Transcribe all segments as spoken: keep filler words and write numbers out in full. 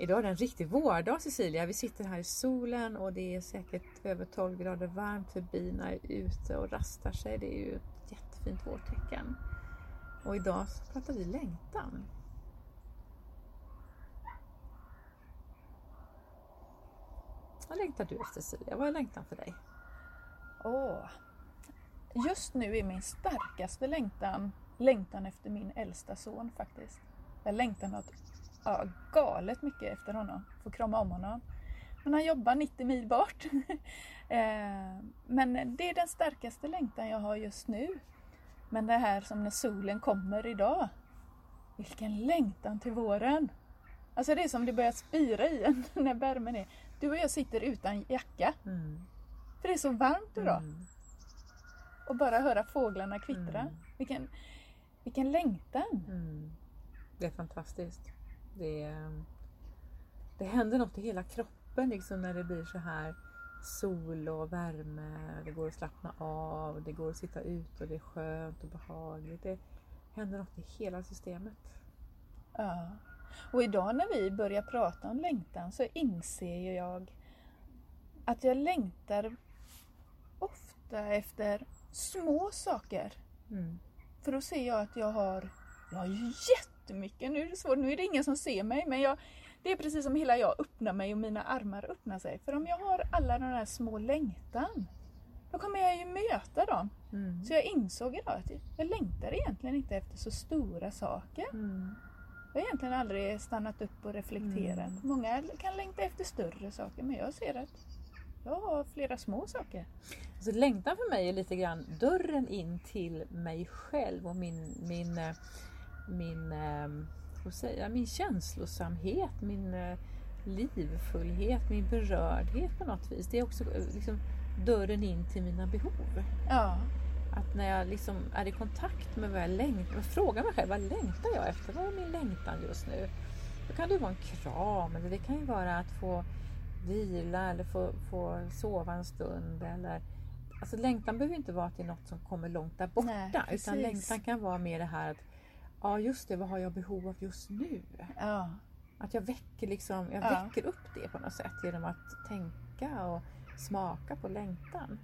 Idag är det en riktig vårdag, Cecilia. Vi sitter här i solen och det är säkert över tolv grader varmt för bina är ute och rastar sig. Det är ju ett jättefint vårtecken. Och idag pratar vi längtan. Vad längtar du efter, Cecilia? Vad är längtan för dig? Åh. Just nu är min starkaste längtan längtan efter min äldsta son faktiskt. Jag längtar något ja, galet mycket efter honom. Får krama om honom. Men han jobbar nittio mil bort. Men det är den starkaste längtan jag har just nu. Men det här som när solen kommer idag. Vilken längtan till våren. Alltså det är som det börjar spira i en när värmen är. Du och jag sitter utan jacka. Mm. För det är så varmt idag. Mm. Och bara höra fåglarna kvittra. Mm. Vilken, vilken längtan. Mm. Det är fantastiskt. Det, är, det händer något i hela kroppen liksom när det blir så här sol och värme. Det går att slappna av. Det går att sitta ut och det är skönt och behagligt. Det händer något i hela systemet. Ja. Och idag när vi börjar prata om längtan så inser jag att jag längtar ofta efter små saker. Mm. För då ser jag att jag har, jag har ju jättemycket. Nu är det svårt, nu är det ingen som ser mig. Men jag, det är precis som hela jag öppnar mig och mina armar öppnar sig. För om jag har alla de här små längtan, då kommer jag ju möta dem. Mm. Så jag insåg idag att jag längtar egentligen inte efter så stora saker. Mm. Jag har egentligen aldrig stannat upp och reflekterat. Mm. Många kan längta efter större saker, men jag ser att jag har flera små saker. Så längtan för mig är lite grann dörren in till mig själv och min min min vad säger jag, min känslosamhet, min livfullhet, min berördhet på något vis. Det är också liksom dörren in till mina behov. Ja. Att när jag liksom är i kontakt med vad jag längtar, jag frågar mig själv, vad längtar jag efter? Vad är min längtan just nu? Då kan det vara en kram, eller det kan ju vara att få vila eller få, få sova en stund. Eller, alltså längtan behöver inte vara att det är något som kommer långt där borta. Nej, utan längtan kan vara mer det här att, ja just det, vad har jag behov av just nu? Ja. Att jag väcker liksom, jag ja. väcker upp det på något sätt genom att tänka och smaka på längtan.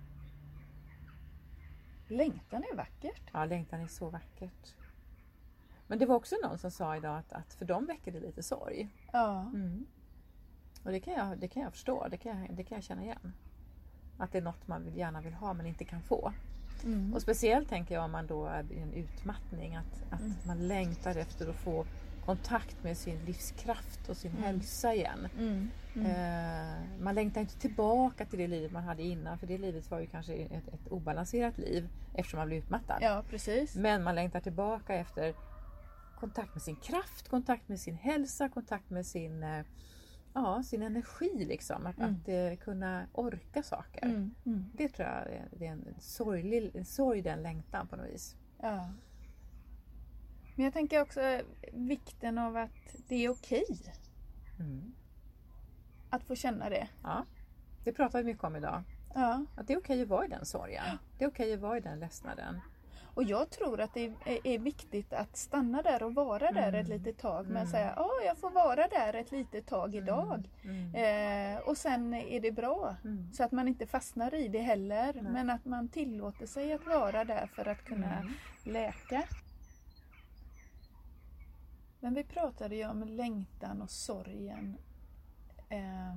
Längtan är vackert. Ja, längtan är så vackert. Men det var också någon som sa idag att, att för dem väcker det lite sorg. Ja. Mm. Och det kan jag, det kan jag förstå, det kan jag, det kan jag känna igen. Att det är något man vill, gärna vill ha men inte kan få. Mm. Och speciellt tänker jag om man då är i en utmattning. Att, att mm. man längtar efter att få kontakt med sin livskraft och sin mm. hälsa igen. Mm. Mm. Eh, man längtar inte tillbaka till det liv man hade innan. För det livet var ju kanske ett, ett obalanserat liv eftersom man blev utmattad. Ja, precis. Men man längtar tillbaka efter kontakt med sin kraft, kontakt med sin hälsa, kontakt med sin, eh, ja, sin energi liksom. Att, mm. att eh, kunna orka saker. Mm. Mm. Det tror jag är, det är en sorglig, en sorg, den längtan på något vis. Ja. Men jag tänker också vikten av att det är okej. Mm. Att få känna det. Ja, det pratar vi mycket om idag. Ja. Att det är okej att vara i den sorgen. Ja. Det är okej att vara i den ledsnaden. Och jag tror att det är, är viktigt att stanna där och vara där mm. ett litet tag. Men mm. säga, ja jag får vara där ett litet tag idag. Mm. Mm. Eh, och sen är det bra. Mm. Så att man inte fastnar i det heller. Nej. Men att man tillåter sig att vara där för att kunna mm. läka. Men vi pratade ju om längtan och sorgen. Eh,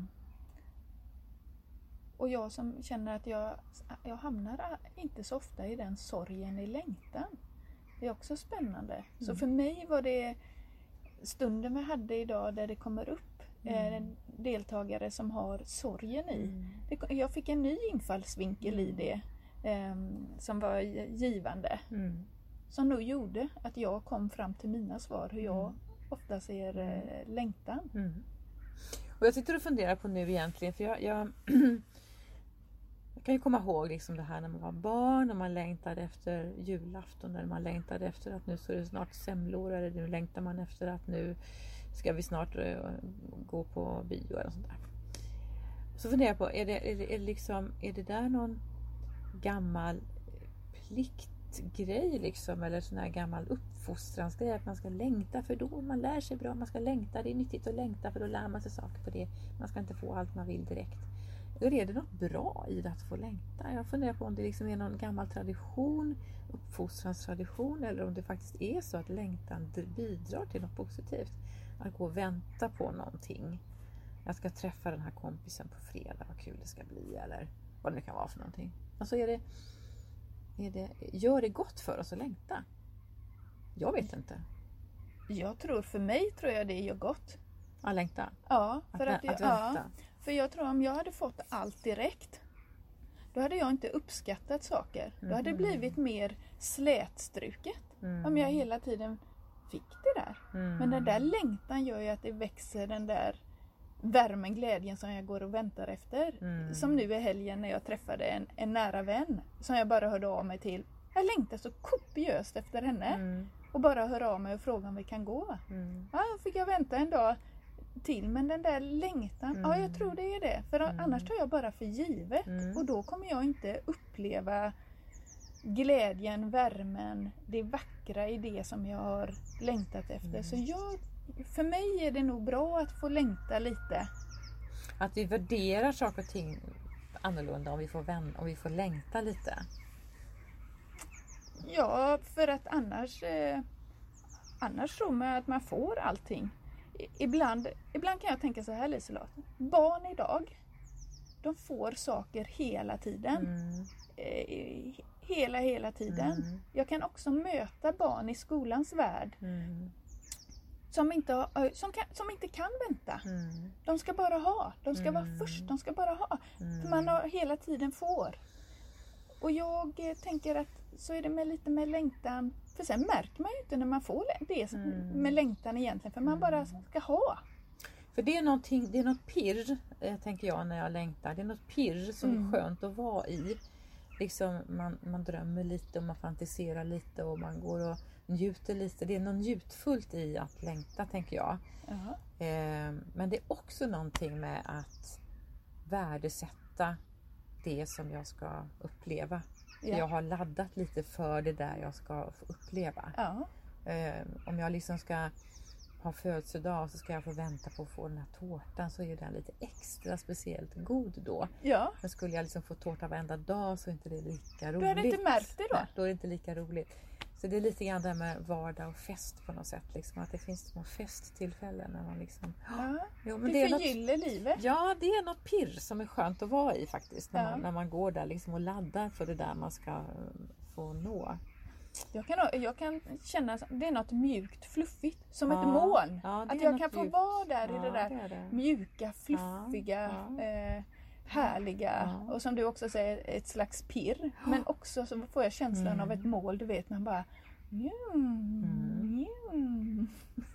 och jag som känner att jag, jag hamnar inte så ofta i den sorgen i längtan. Det är också spännande. Mm. Så för mig var det stunden vi hade idag där det kommer upp mm. eh, deltagare som har sorgen i. Mm. Det, jag fick en ny infallsvinkel mm. i det eh, som var givande. Mm. Som nog gjorde att jag kom fram till mina svar hur jag mm. ofta ser eh, längtan. Mm. Och jag sitter och funderar på nu egentligen, för jag, jag, jag kan ju komma ihåg liksom det här när man var barn och man längtade efter julafton, när man längtade efter att nu så är det snart semlor, eller nu längtar man efter att nu ska vi snart uh, gå på bio eller sånt där. Så funderar jag på, är det, är det, är det liksom, är det där någon gammal plikt grej liksom, eller sån här gammal uppfostransgrej att man ska längta för då man lär sig bra, man ska längta, det är nyttigt att längta för då lär man sig saker på det, man ska inte få allt man vill direkt. Eller är det något bra i det att få längta? Jag funderar på om det liksom är någon gammal tradition, uppfostranstradition, eller om det faktiskt är så att längtan bidrar till något positivt. Att gå och vänta på någonting. Jag ska träffa den här kompisen på fredag, vad kul det ska bli, eller vad det nu kan vara för någonting. Alltså är det, är det, gör det gott för oss att längta? Jag vet inte. Jag tror, för mig tror jag det gör gott. Att längta? Ja, för att, att, jag, att vänta. ja, för jag tror om jag hade fått allt direkt, då hade jag inte uppskattat saker. Mm. Då hade det blivit mer slätstruket. Mm. Om jag hela tiden fick det där. Mm. Men den där längtan gör ju att det växer den där värmen, glädjen som jag går och väntar efter. Mm. Som nu i helgen när jag träffade en, en nära vän som jag bara hörde av mig till. Jag längtar så kopiöst efter henne. Mm. Och bara hör av mig och fråga om vi kan gå. Mm. Ja, fick jag vänta en dag till, men den där längtan, mm. ja jag tror det är det. För mm. annars tar jag bara för givet. Mm. Och då kommer jag inte uppleva glädjen, värmen, det vackra i det som jag har längtat efter. Mm. Så jag, för mig är det nog bra att få längta lite. Att vi värderar saker och ting annorlunda om vi får, vän, om vi får längta lite. Ja, för att annars eh, annars tror man att man får allting. Ibland, ibland kan jag tänka så här, Liselott. Barn idag, de får saker hela tiden. Mm. Eh, hela, hela tiden. Mm. Jag kan också möta barn i skolans värld. Mm. Som, inte har, som, kan, som inte kan vänta. Mm. De ska bara ha. De ska mm. vara först. De ska bara ha. Mm. För man har hela tiden får. Och jag eh, tänker att så är det med lite med längtan. För sen märker man ju inte när man får det mm. med längtan egentligen. För man bara ska ha. För det är någonting, det är något pirr, eh, tänker jag när jag längtar. Det är något pirr som mm. är skönt att vara i. Liksom man, man drömmer lite och man fantiserar lite och man går och njuter lite. Det är något njutfullt i att längta, tänker jag. Uh-huh. Eh, men det är också någonting med att värdesätta det som jag ska uppleva. Yeah. Jag har laddat lite för det där jag ska få uppleva. Uh-huh. Eh, om jag liksom ska ha födelsedag så ska jag få vänta på att få den här tårtan, så är den lite extra speciellt god då. Ja. Men skulle jag liksom få tårta varenda dag så är inte det lika roligt. Du hade inte märkt det då? Nej, då är det inte lika roligt. Så det är lite grann det med vardag och fest på något sätt. Liksom, att det finns små festtillfällen när man liksom... Ja, jo, men det, det förgyller något, livet. Ja, det är något pirr som är skönt att vara i faktiskt. När, ja. man, när man går där liksom och laddar för det där man ska få nå. Jag kan, jag kan känna att det är något mjukt, fluffigt, som ja, ett moln. Ja, att jag kan få mjukt. vara där ja, i det där det det. mjuka, fluffiga, ja, ja. Eh, härliga. Ja. Och som du också säger, ett slags pirr. Ja. Men också så får jag känslan mm. av ett mål, du vet, man bara... Mm, mm. Mm.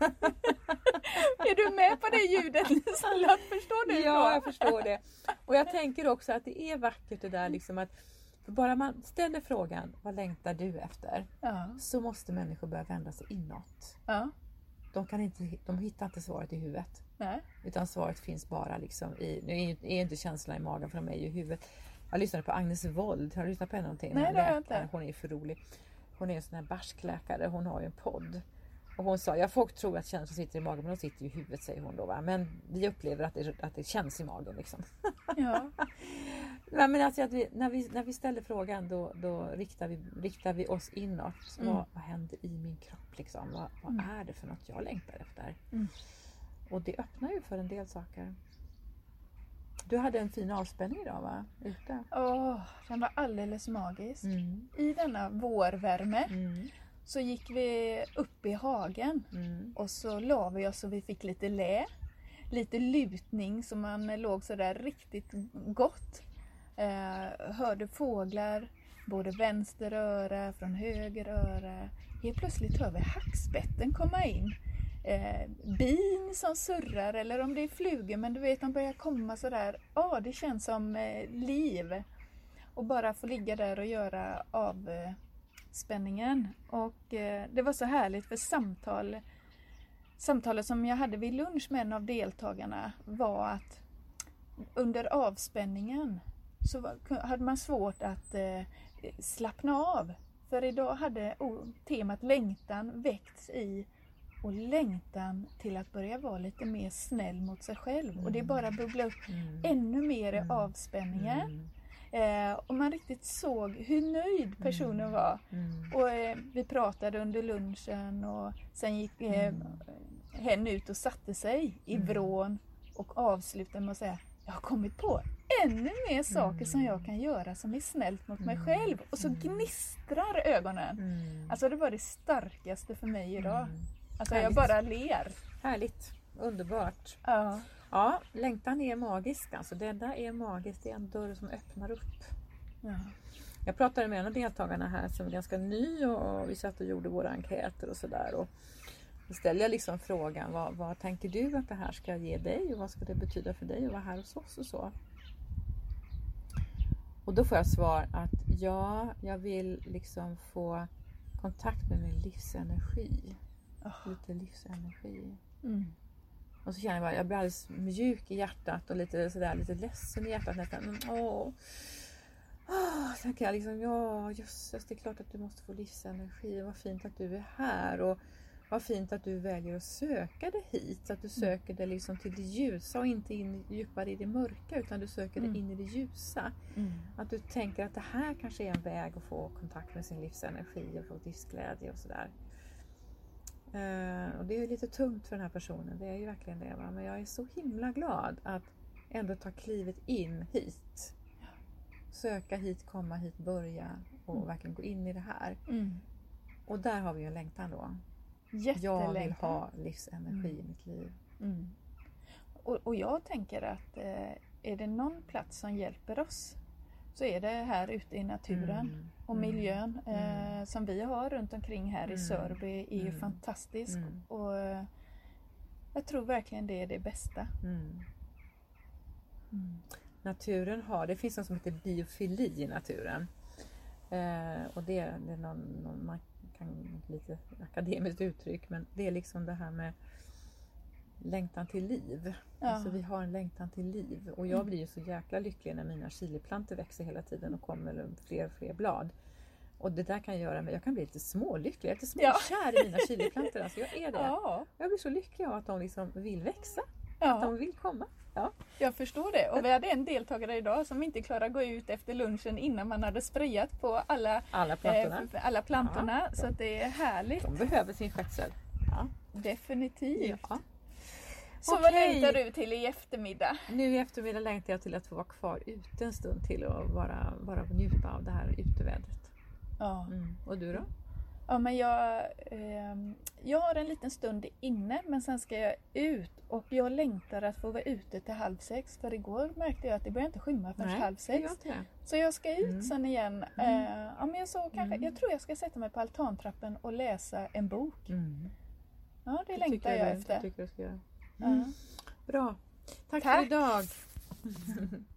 Är du med på det ljudet, Liselott? Förstår du? Ja, jag förstår det. Och jag tänker också att det är vackert det där liksom att för bara man ställer frågan, vad längtar du efter? Ja. Så måste människor börja vända sig inåt. Ja. De, kan inte, de hittar inte svaret i huvudet. Nej. Utan svaret finns bara liksom i, nu är, är inte känslan i magen för de är ju i huvudet. Jag lyssnade på Agnes Wold, har du lyssnat på henne någonting? Nej, det har jag inte. Hon är för rolig. Hon är en sån här barskläkare, hon har ju en podd. Och hon sa, ja folk tror att känslor sitter i magen men de sitter ju i huvudet, säger hon då, va? Men vi upplever att det, att det känns i magen liksom. Ja. Nej, men alltså att vi, när, vi, när vi ställer frågan då, då riktar, vi, riktar vi oss inåt. Mm. Vad, vad händer i min kropp liksom? Vad, vad mm. är det för något jag längtar efter? Mm. Och det öppnar ju för en del saker. Du hade en fin avspänning idag, va? Ute. Åh, den var alldeles magisk. Mm. I denna vårvärme mm. så gick vi upp i hagen mm. och så la vi oss och vi fick lite lä. Lite lutning så man låg så där riktigt gott. Eh, hörde fåglar, både vänster öra från höger öra. Helt plötsligt hör vi hackspetten komma in. Eh, bin som surrar eller om det är flugor, men du vet de börjar komma så där. Ja, det känns som eh, liv. Och bara få ligga där och göra av eh, spänningen. Och eh, det var så härligt för samtal. Samtalet som jag hade vid lunch med en av deltagarna var att under avspänningen så var, hade man svårt att eh, slappna av. För idag hade oh, temat längtan väckts i och längtan till att börja vara lite mer snäll mot sig själv. Mm. Och det bara bubbla upp mm. ännu mer mm. avspänningar. Mm. Eh, och man riktigt såg hur nöjd personen mm. var. Mm. Och eh, vi pratade under lunchen och sen gick eh, mm. hen ut och satte sig i Mm. vrån och avslutade med att säga: jag har kommit på ännu mer saker Mm. som jag kan göra som är snällt mot mig Mm. själv. Och så Mm. gnistrar ögonen. Mm. Alltså det var det starkaste för mig idag. Mm. Alltså jag Härligt. bara ler. Härligt, underbart. Ja. Ja, längtan är magisk. Alltså det där är magiskt, det är en dörr som öppnar upp. Ja. Jag pratade med en av deltagarna här som är ganska ny och vi satt och gjorde våra enkäter och sådär. Och då ställde jag liksom frågan, vad, vad tänker du att det här ska ge dig och vad ska det betyda för dig att vara här hos oss och så. Och då får jag svar att ja, jag vill liksom få kontakt med min livsenergi. Oh. Lite livsenergi. Mm. Och så känner jag bara, jag blir alldeles mjuk i hjärtat och lite sådär, lite ledsen i hjärtat nästan. Men, åh. Åh, så tänker jag liksom, ja jösses, det är klart att du måste få livsenergi. Vad fint att du är här och vad fint att du väljer att söka dig hit. Att du söker dig liksom till det ljusa och inte in djupare i det mörka utan du söker dig Mm. in i det ljusa. Mm. Att du tänker att det här kanske är en väg att få kontakt med sin livsenergi och få livsglädje och sådär. Uh, och det är lite tungt för den här personen, det är ju verkligen det. Va? Men jag är så himla glad att ändå ta klivet in hit. Söka hit, komma hit, börja och Mm. verkligen gå in i det här. Mm. Och där har vi ju en längtan då. Jättelängtan. Jag vill ha livsenergi Mm. i mitt liv. Mm. Och, och jag tänker att eh, är det någon plats som hjälper oss så är det här ute i naturen. Mm. Och miljön eh, Mm. som vi har runt omkring här Mm. i Sörby är ju Mm. fantastisk. Mm. Och eh, jag tror verkligen det är det bästa. Mm. Mm. Naturen har, det finns något som heter biofili i naturen. Eh, och det, det är någon, någon, man kan lite akademiskt uttryck, men det är liksom det här med längtan till liv. Ja. Alltså vi har en längtan till liv. Och jag Mm. blir ju så jäkla lycklig när mina chiliplantor växer hela tiden och kommer fler och fler blad. Och det där kan göra mig, jag kan bli lite smålycklig, lite småkär ja. i mina chiliplantor. Alltså jag är det. Ja. Jag blir så lycklig av att de liksom vill växa. Ja. Att de vill komma. Ja. Jag förstår det. Och vi hade en deltagare idag som inte klarade att gå ut efter lunchen innan man hade sprayat på alla, alla plantorna. Eh, alla plantorna. Ja. Så att det är härligt. De behöver sin skötsel. Ja. Definitivt. Ja. Så Okej. vad längtar du till i eftermiddag? Nu i eftermiddag längtar jag till att få vara kvar ute en stund till och bara, bara njuta av det här utevädret. Ja. Mm. Och du då? Ja, men jag, eh, jag har en liten stund inne men sen ska jag ut och jag längtar att få vara ute till halv sex för igår märkte jag att det började inte skymma förrän Nej, halv det sex. gör inte det. Så jag ska ut Mm. sen igen. Mm. Eh, ja, men jag, så kanske, Mm. jag tror jag ska sätta mig på altantrappen och läsa en bok. Mm. Ja, det, Det längtar tycker jag det- efter. Det tycker jag ska göra. Ja. Bra. Tack, Tack. för idag.